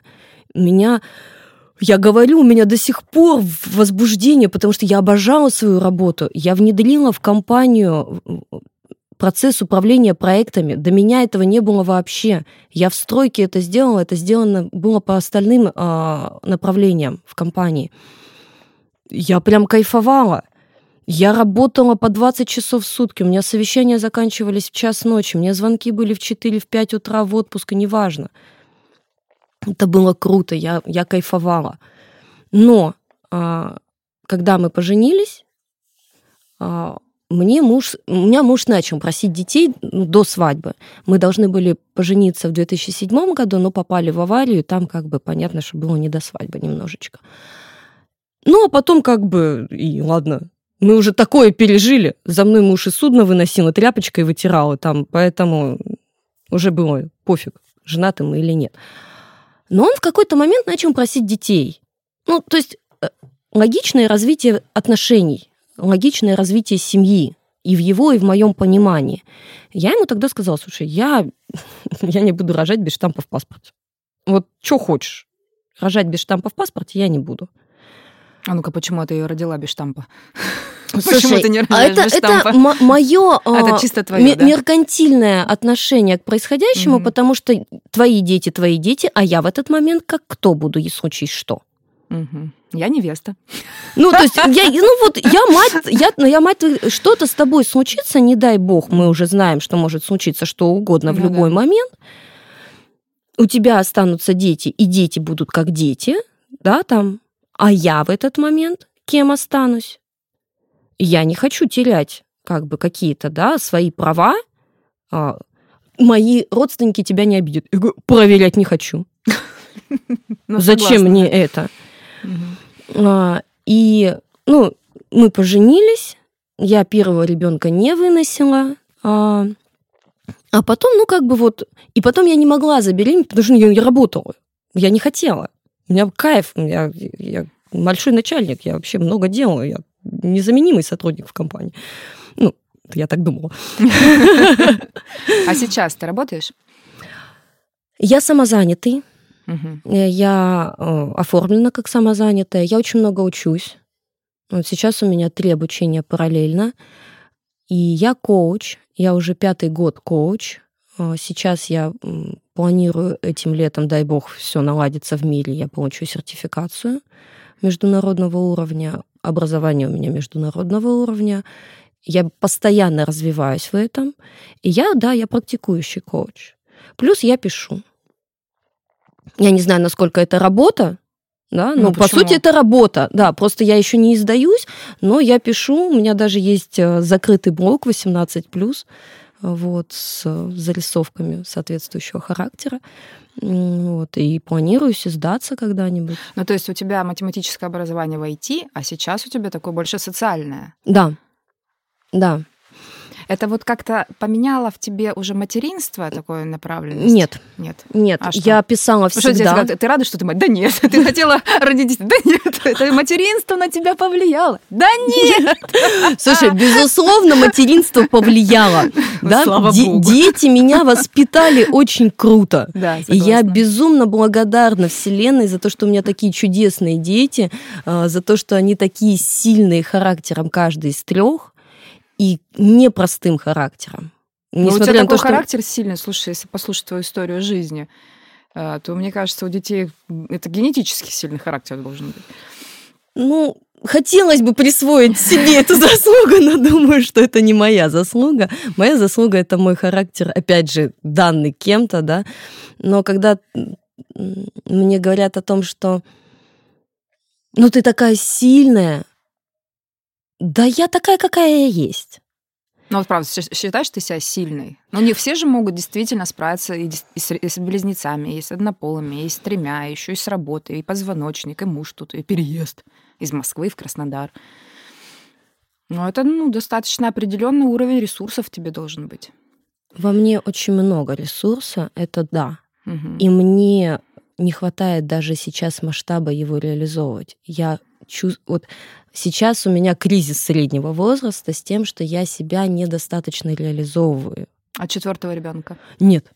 Я говорю, у меня до сих пор возбуждение, потому что я обожала свою работу. Я внедрила в компанию процесс управления проектами. До меня этого не было вообще. Я в стройке это сделано было по остальным направлениям в компании. Я прям кайфовала. Я работала по 20 часов в сутки. У меня совещания заканчивались в 1:00 ночи. У меня звонки были в 4-5 утра в отпуск, неважно. Это было круто, я кайфовала. Но когда мы поженились, у меня муж начал просить детей до свадьбы. Мы должны были пожениться в 2007 году, но попали в аварию, и там понятно, что было не до свадьбы немножечко. А потом и ладно, мы уже такое пережили. За мной муж и судно выносил, и тряпочкой вытирал, поэтому уже было пофиг, женаты мы или нет. Но он в какой-то момент начал просить детей. То есть логичное развитие отношений, логичное развитие семьи и в его, и в моем понимании. Я ему тогда сказала, слушай, я не буду рожать без штампа в паспорте. Вот что хочешь. Рожать без штампа в паспорте я не буду. А ну-ка, почему ты ее родила без штампа? Слушай, почему ты не рожаешь без штампа? Это мое твое, меркантильное отношение к происходящему, потому что твои дети, а я в этот момент как кто буду, если случись что? Я невеста. То есть, я мать, что-то с тобой случится, не дай бог, мы уже знаем, что может случиться что угодно в любой момент. у тебя останутся дети, и дети будут как дети, да, там, а я в этот момент кем останусь? Я не хочу терять как бы какие-то, да, свои права. Мои родственники тебя не обидят. Я говорю, проверять не хочу. Зачем мне это? И, мы поженились, я первого ребенка не выносила, а потом, и потом я не могла забеременеть, потому что я работала, я не хотела. У меня кайф, я большой начальник, я вообще много делаю, я незаменимый сотрудник в компании. Я так думала. А сейчас ты работаешь? Я самозанятый. Я оформлена как самозанятая. Я очень много учусь. Вот сейчас у меня 3 обучения параллельно. И я коуч. Я уже 5-й год коуч. Сейчас я планирую этим летом, дай бог, все наладится в мире, я получу сертификацию международного уровня. Образование у меня международного уровня. Я постоянно развиваюсь в этом. И я практикующий коуч. Плюс я пишу. Я не знаю, насколько это работа, да, но по сути это работа. Да, просто я еще не издаюсь, но я пишу. У меня даже есть закрытый блог 18+, вот, с зарисовками соответствующего характера. Вот, и планируюсь издаться когда-нибудь. То есть у тебя математическое образование в IT, а сейчас у тебя такое больше социальное. Да. Это вот как-то поменяло в тебе уже материнство, такое направленность? Нет. А я писала всегда. Ты рада, что ты мать? Да нет. Ты хотела родить детей? Да нет. Это материнство на тебя повлияло? Да нет. Слушай, безусловно, материнство повлияло. Да? Слава Богу. Дети меня воспитали очень круто. Да, и я безумно благодарна Вселенной за то, что у меня такие чудесные дети, за то, что они такие сильные характером, каждый из 3. И непростым характером. У тебя такой характер сильный, слушай, если послушать твою историю жизни, то, мне кажется, у детей это генетически сильный характер должен быть. Хотелось бы присвоить себе эту заслугу, но думаю, что это не моя заслуга. Моя заслуга — это мой характер, опять же, данный кем-то, да. Но когда мне говорят о том, что ты такая сильная, да я такая, какая я есть. Вот правда, считаешь ты себя сильной? Не все же могут действительно справиться и с близнецами, и с однополыми, и с 3, еще и с работой, и позвоночник, и муж тут, и переезд из Москвы в Краснодар. Это, достаточно определенный уровень ресурсов тебе должен быть. Во мне очень много ресурса, это да. И мне не хватает даже сейчас масштаба его реализовывать. Я чувствую... Сейчас у меня кризис среднего возраста с тем, что я себя недостаточно реализовываю. А 4-го ребенка? Нет.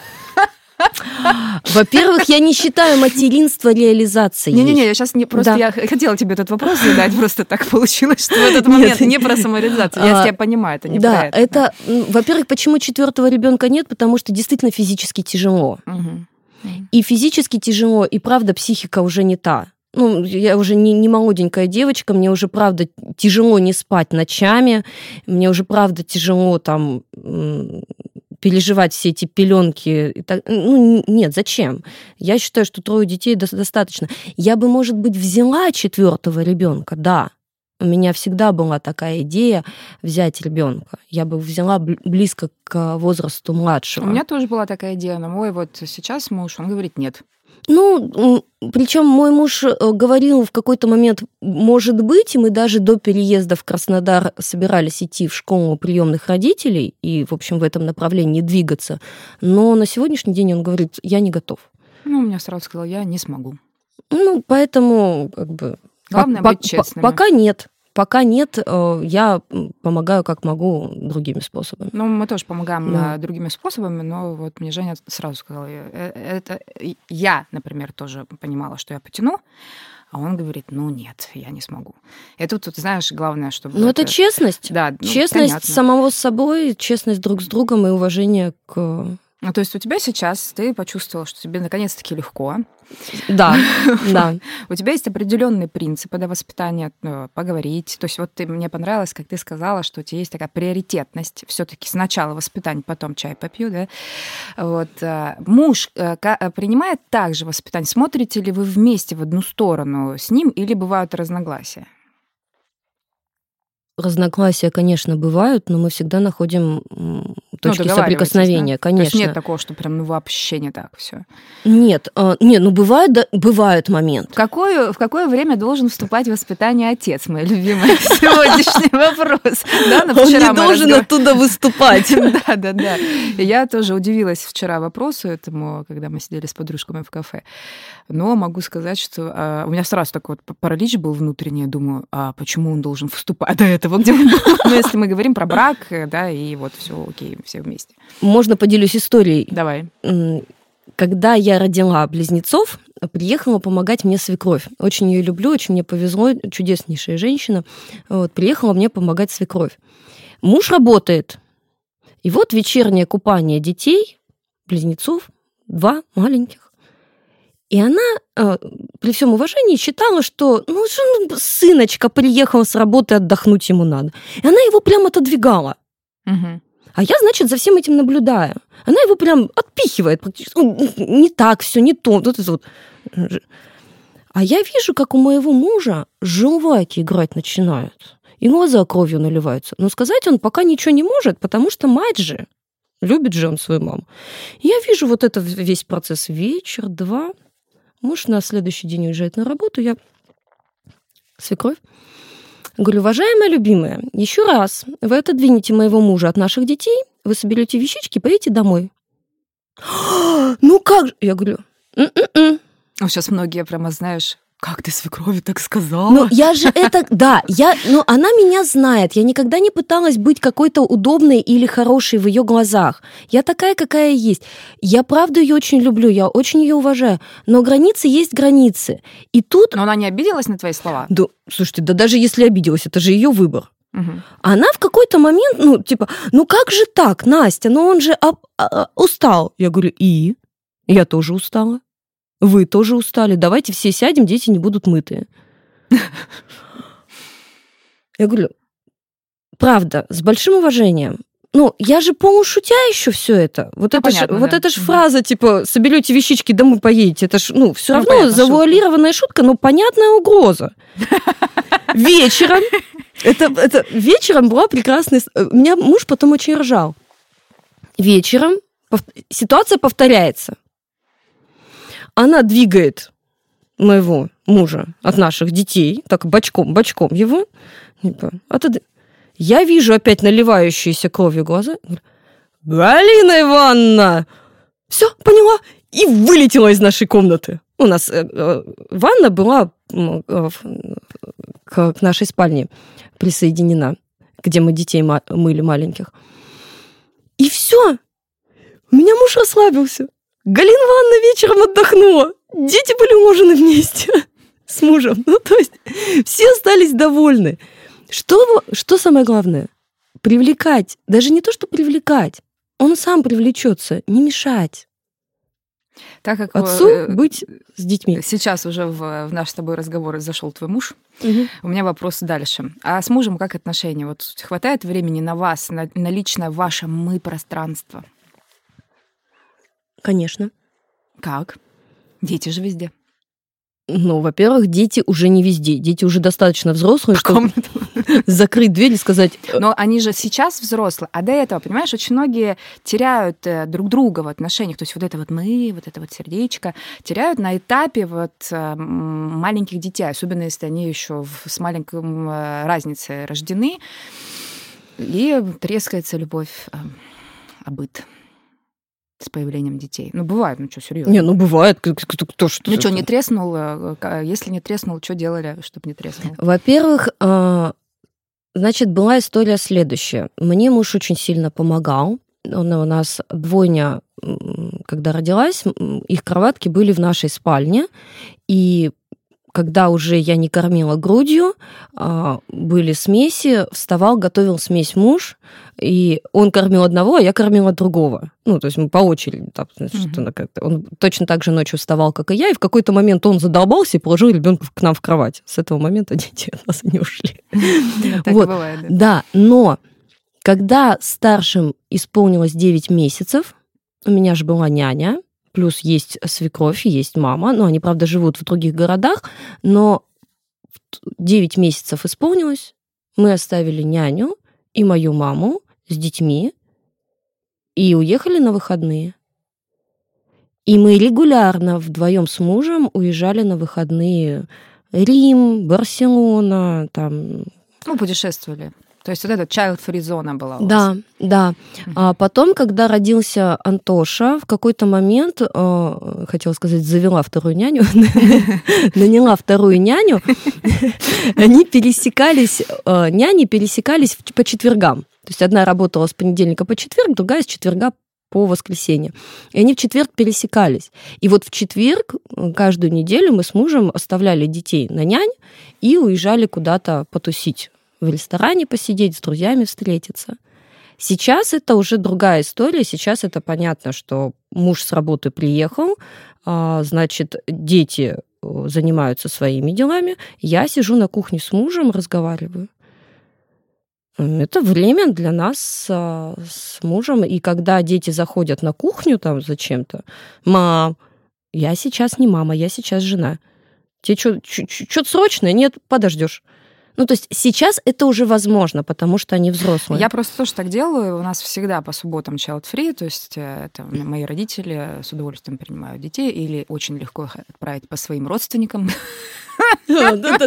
Во-первых, я не считаю материнство реализацией. Не-не-не, я сейчас я хотела тебе этот вопрос задать, просто так получилось, что в этот момент не про самореализацию. Я тебя понимаю, это не про это. Во-первых, почему 4-го ребенка нет? Потому что действительно физически тяжело. И физически тяжело, и правда психика уже не та. Я уже не молоденькая девочка, мне уже, правда, тяжело не спать ночами, мне уже, правда, тяжело там переживать все эти пеленки. Нет, зачем? Я считаю, что 3 детей достаточно. Я бы, может быть, взяла 4-го ребенка, да. У меня всегда была такая идея взять ребенка. Я бы взяла близко к возрасту младшего. У меня тоже была такая идея, но мой сейчас муж, он говорит нет. Причем мой муж говорил в какой-то момент, может быть, и мы даже до переезда в Краснодар собирались идти в школу приемных родителей и, в общем, в этом направлении двигаться. Но на сегодняшний день он говорит, я не готов. У меня сразу сказал, я не смогу. Поэтому, главное быть честными. Пока нет, я помогаю как могу другими способами. Мы тоже помогаем другими способами, но мне Женя сразу сказала, я, например, тоже понимала, что я потяну, а он говорит, нет, я не смогу. И тут, знаешь, главное, чтобы... это честность. Да, честность понятно. самого с собой, честность друг с другом и уважение к Ну, то есть у тебя сейчас, ты почувствовала, что тебе наконец-таки легко. Да, да. У тебя есть определенные принципы воспитания, поговорить. То есть вот мне понравилось, как ты сказала, что у тебя есть такая приоритетность. Все-таки сначала воспитание, потом чай попью, да? Вот. Муж принимает также воспитание? Смотрите ли вы вместе в одну сторону с ним или бывают разногласия? Разногласия, конечно, бывают, но мы всегда находим точки соприкосновения, да? конечно. То есть нет такого, что прям вообще не так все. Нет, бывают моменты. В какое время должен вступать в воспитание отец, мой любимый сегодняшний вопрос? Он не должен оттуда выступать. Да. Я тоже удивилась вчера вопросу этому, когда мы сидели с подружками в кафе. Но могу сказать, что у меня сразу такой вот паралич был внутренний. Думаю, а почему он должен вступать до этого, где он был? Ну, если мы говорим про брак, да, и вот все окей, все вместе. Можно поделюсь историей? Давай. Когда я родила близнецов, приехала помогать мне свекровь. Очень ее люблю, очень мне повезло, чудеснейшая женщина. Вот, приехала мне помогать свекровь. Муж работает. И вот вечернее купание детей, близнецов, 2 маленьких. И она, при всем уважении, считала, что сыночка приехал с работы, отдохнуть ему надо. И она его прям отодвигала. Угу. А я, значит, за всем этим наблюдаю. Она его прям отпихивает. Не так, все не то. А я вижу, как у моего мужа желваки играть начинают. И глаза кровью наливаются. Но сказать он пока ничего не может, потому что мать же. Любит же он свою маму. Я вижу вот этот весь процесс. Вечер, 2. Муж на следующий день уезжает на работу. Я свекровь. Говорю, уважаемая любимая, еще раз вы отодвинете моего мужа от наших детей, вы соберете вещички, поедете домой. Ну как же? Я говорю, Сейчас многие прямо, знаешь, как ты свекрови так сказала? Ну, я же это... Да, она меня знает. Я никогда не пыталась быть какой-то удобной или хорошей в ее глазах. Я такая, какая есть. Я, правда, ее очень люблю, я очень ее уважаю. Но границы есть границы. И тут... Но она не обиделась на твои слова? Да, слушайте, да даже если обиделась, это же ее выбор. Угу. Она в какой-то момент, как же так, Настя, он же устал. Я говорю, и? Я тоже устала. Вы тоже устали. Давайте все сядем, дети не будут мытые. Я говорю, правда, с большим уважением. Я же полушутя еще все это. Это ж фраза, соберете вещички, домой поедете. Это ж, все равно понятно, завуалированная шутка, но понятная угроза. Вечером, вечером была прекрасная... У меня муж потом очень ржал. Вечером ситуация повторяется. Она двигает моего мужа от наших детей, так бочком его. Я вижу опять наливающиеся кровью глаза. Галина Ивановна! Все, поняла. И вылетела из нашей комнаты. У нас ванна была к нашей спальне присоединена, где мы детей мыли маленьких. И все. У меня муж расслабился. Галина Ивановна вечером отдохнула. Дети были уложены вместе с мужем. То есть все остались довольны. Что самое главное? Привлекать. Даже не то, что привлекать. Он сам привлечется. Не мешать. Так как отцу быть с детьми. Сейчас уже в наш с тобой разговор зашел твой муж. Угу. У меня вопрос дальше. А с мужем как отношения? Вот хватает времени на вас, на личное ваше мы-пространство? Конечно. Как? Дети же везде. Во-первых, дети уже не везде. Дети уже достаточно взрослые, чтобы закрыть дверь и сказать... Но они же сейчас взрослые, а до этого, понимаешь, очень многие теряют друг друга в отношениях. То есть вот это вот мы, вот это вот сердечко, теряют на этапе маленьких детей, особенно если они еще с маленькой разницей рождены, и трескается любовь о быт. С появлением детей. Бывает, что, серьезно? Бывает. Кто что? Что, не треснул? Если не треснул, что делали, чтобы не треснул? Во-первых, значит, была история следующая. Мне муж очень сильно помогал. У нас двойня, когда родилась, их кроватки были в нашей спальне. И когда уже я не кормила грудью, были смеси, вставал, готовил смесь муж, и он кормил одного, а я кормила другого. Ну, то есть мы по очереди. Он точно так же ночью вставал, как и я, и в какой-то момент он задолбался и положил ребенка к нам в кровать. С этого момента дети от нас не ушли. Так и бывает, да. Да, но когда старшим исполнилось 9 месяцев, у меня же была няня, плюс есть свекровь, есть мама, но они, правда, живут в других городах, но 9 месяцев исполнилось, мы оставили няню и мою маму с детьми и уехали на выходные. И мы регулярно вдвоем с мужем уезжали на выходные. Рим, Барселона, там... Ну, путешествовали. То есть вот эта child-free зона была у Да, вас. да. А потом, когда родился Антоша, в какой-то момент, хотела сказать, завела вторую няню, наняла вторую няню, они пересекались, няни пересекались по четвергам. То есть одна работала с понедельника по четверг, другая с четверга по воскресенье. И они в четверг пересекались. И вот в четверг каждую неделю мы с мужем оставляли детей на нянь и уезжали куда-то потусить. В ресторане посидеть, с друзьями встретиться. Сейчас это уже другая история. Сейчас это понятно, что муж с работы приехал, значит, дети занимаются своими делами. Я сижу на кухне с мужем, разговариваю. Это время для нас с мужем. И когда дети заходят на кухню там зачем-то, мам, я сейчас не мама, я сейчас жена. Тебе что-то срочное? Нет, подождешь. Ну, то есть сейчас это уже возможно, потому что они взрослые. Я просто тоже так делаю. У нас всегда по субботам child-free, то есть это мои родители с удовольствием принимают детей или очень легко их отправить по своим родственникам. Ты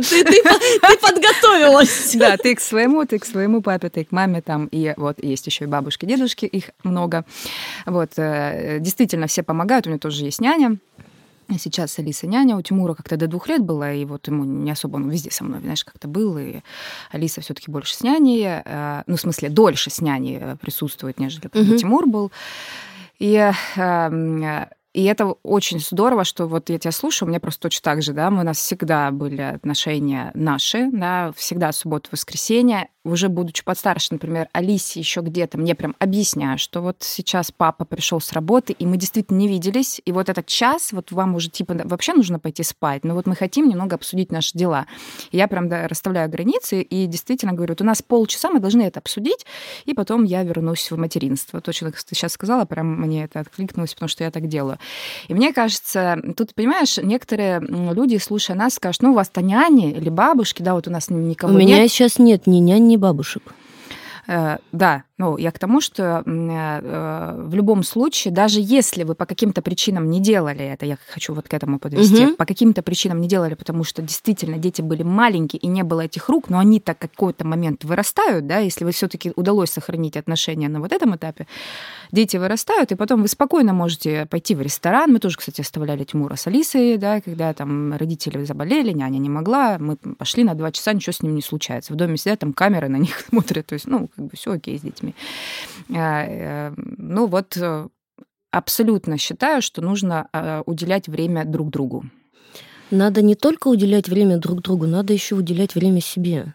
подготовилась. Да, ты к своему папе, ты к маме там. И вот есть еще и бабушки, дедушки, их много. Вот, действительно, все помогают. У меня тоже есть няня. Сейчас Алиса няня, у Тимура как-то до 2 лет было, и вот ему не особо, он везде со мной, знаешь, как-то был, и Алиса все-таки больше с няней, ну, в смысле, дольше с няней присутствует, нежели когда Тимур был. И это очень здорово, что вот я тебя слушаю, у меня просто точно так же, да, у нас всегда были отношения наши, да, всегда суббота-воскресенье. Уже будучи подстарше, например, Алисе еще где-то мне прям объясняю, что вот сейчас папа пришел с работы, и мы действительно не виделись, и вот этот час, вот вам уже типа вообще нужно пойти спать, но вот мы хотим немного обсудить наши дела. И я прям расставляю границы и действительно говорю, вот у нас полчаса, мы должны это обсудить, и потом я вернусь в материнство. Точно, как ты сейчас сказала, прям мне это откликнулось, потому что я так делаю. И мне кажется, тут, понимаешь, некоторые люди, слушая нас, скажут, ну, у вас-то няни или бабушки, да, вот у нас никого нет. У меня сейчас нет ни нянь, ни бабушек. Да, ну, я к тому, что в любом случае, даже если вы по каким-то причинам не делали это, я хочу вот к этому подвести, по каким-то причинам не делали, потому что действительно дети были маленькие и не было этих рук, но они так какой-то момент вырастают, да, если вы все-таки удалось сохранить отношения на вот этом этапе, дети вырастают, и потом вы спокойно можете пойти в ресторан. Мы тоже, кстати, оставляли Тимура с Алисой, да, когда там родители заболели, няня не могла, мы пошли на 2 часа, ничего с ним не случается. В доме сидят, там камеры на них смотрят, то есть, ну, как бы все окей с детьми. Ну вот абсолютно считаю, что нужно уделять время друг другу. Надо не только уделять время друг другу, надо еще уделять время себе.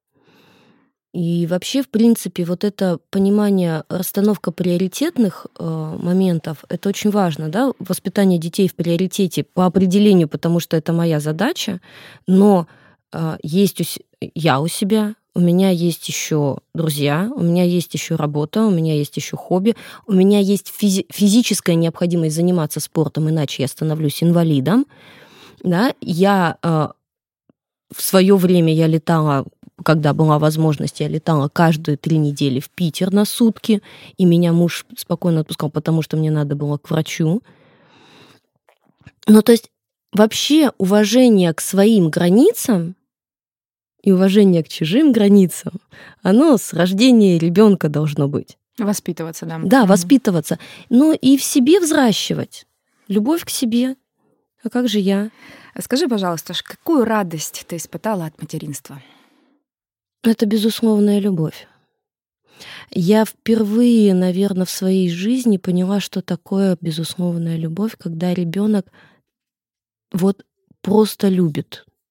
И вообще, в принципе, вот это понимание, расстановка приоритетных моментов, это очень важно, да, воспитание детей в приоритете по определению, потому что это моя задача, но есть я у себя, у меня есть еще друзья, у меня есть еще работа, у меня есть еще хобби, у меня есть физическая необходимость заниматься спортом, иначе я становлюсь инвалидом. Да? В свое время я летала, когда была возможность, я летала каждые 3 недели в Питер на сутки, и меня муж спокойно отпускал, потому что мне надо было к врачу. Ну, то есть вообще уважение к своим границам и уважение к чужим границам, оно с рождения ребенка должно быть. Воспитываться, да. Да, воспитываться. Но и в себе взращивать. Любовь к себе. А как же я? Скажи, пожалуйста, какую радость ты испытала от материнства? Это безусловная любовь. Я впервые, наверное, в своей жизни поняла, что такое безусловная любовь, когда ребенок вот просто любит.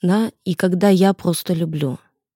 да, и когда я просто люблю.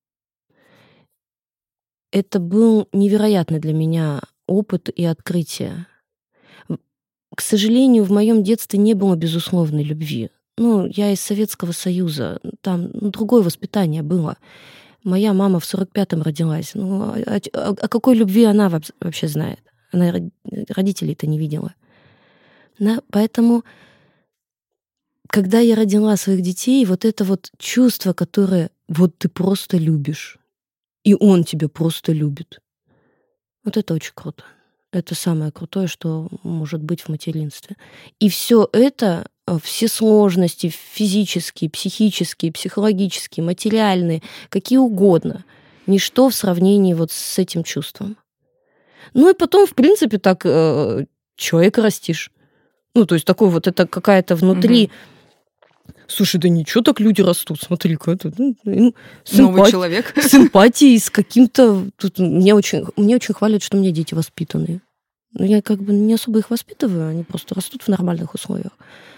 Это был невероятный для меня опыт и открытие. К сожалению, в моем детстве не было безусловной любви. Я из Советского Союза, там другое воспитание было. Моя мама в 45-м родилась. О какой любви она вообще знает? Она родителей-то не видела. Да, поэтому, когда я родила своих детей, вот это вот чувство, которое вот ты просто любишь, и он тебя просто любит. Вот это очень круто. Это самое крутое, что может быть в материнстве. И все это, все сложности физические, психические, психологические, материальные, какие угодно, ничто в сравнении вот с этим чувством. И потом, в принципе, так человека растишь. То есть такой вот это какая-то внутри... Слушай, да ничего, так люди растут, смотри-ка. Это, новый человек. С эмпатией, с каким-то... Мне очень хвалят, что у меня дети воспитанные. Я как бы не особо их воспитываю, они просто растут в нормальных условиях.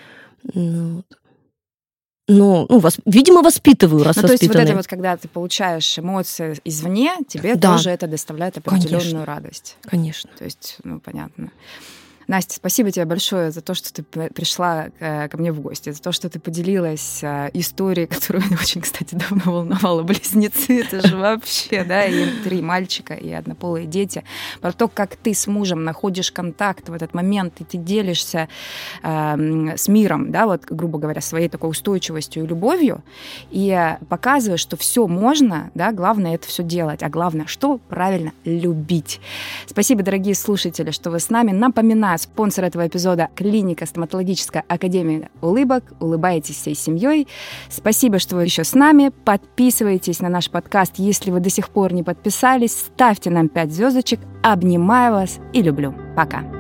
Видимо, воспитываю, раз воспитанные. То есть вот это вот, когда ты получаешь эмоции извне, тебе тоже это доставляет определенную радость. Конечно. То есть, понятно. Настя, спасибо тебе большое за то, что ты пришла ко мне в гости, за то, что ты поделилась историей, которую очень, кстати, давно волновала. Близнецы, это же вообще, да, и 3 мальчика, и однополые дети. Про то, как ты с мужем находишь контакт в этот момент, и ты делишься с миром, да, вот, грубо говоря, своей такой устойчивостью и любовью, и показываешь, что все можно, да, главное это все делать, а главное, что правильно любить. Спасибо, дорогие слушатели, что вы с нами. Напоминаю, спонсор этого эпизода — клиника стоматологическая Академия улыбок. Улыбайтесь всей семьей. Спасибо, что вы еще с нами. Подписывайтесь на наш подкаст, если вы до сих пор не подписались. Ставьте нам 5 звездочек. Обнимаю вас и люблю. Пока.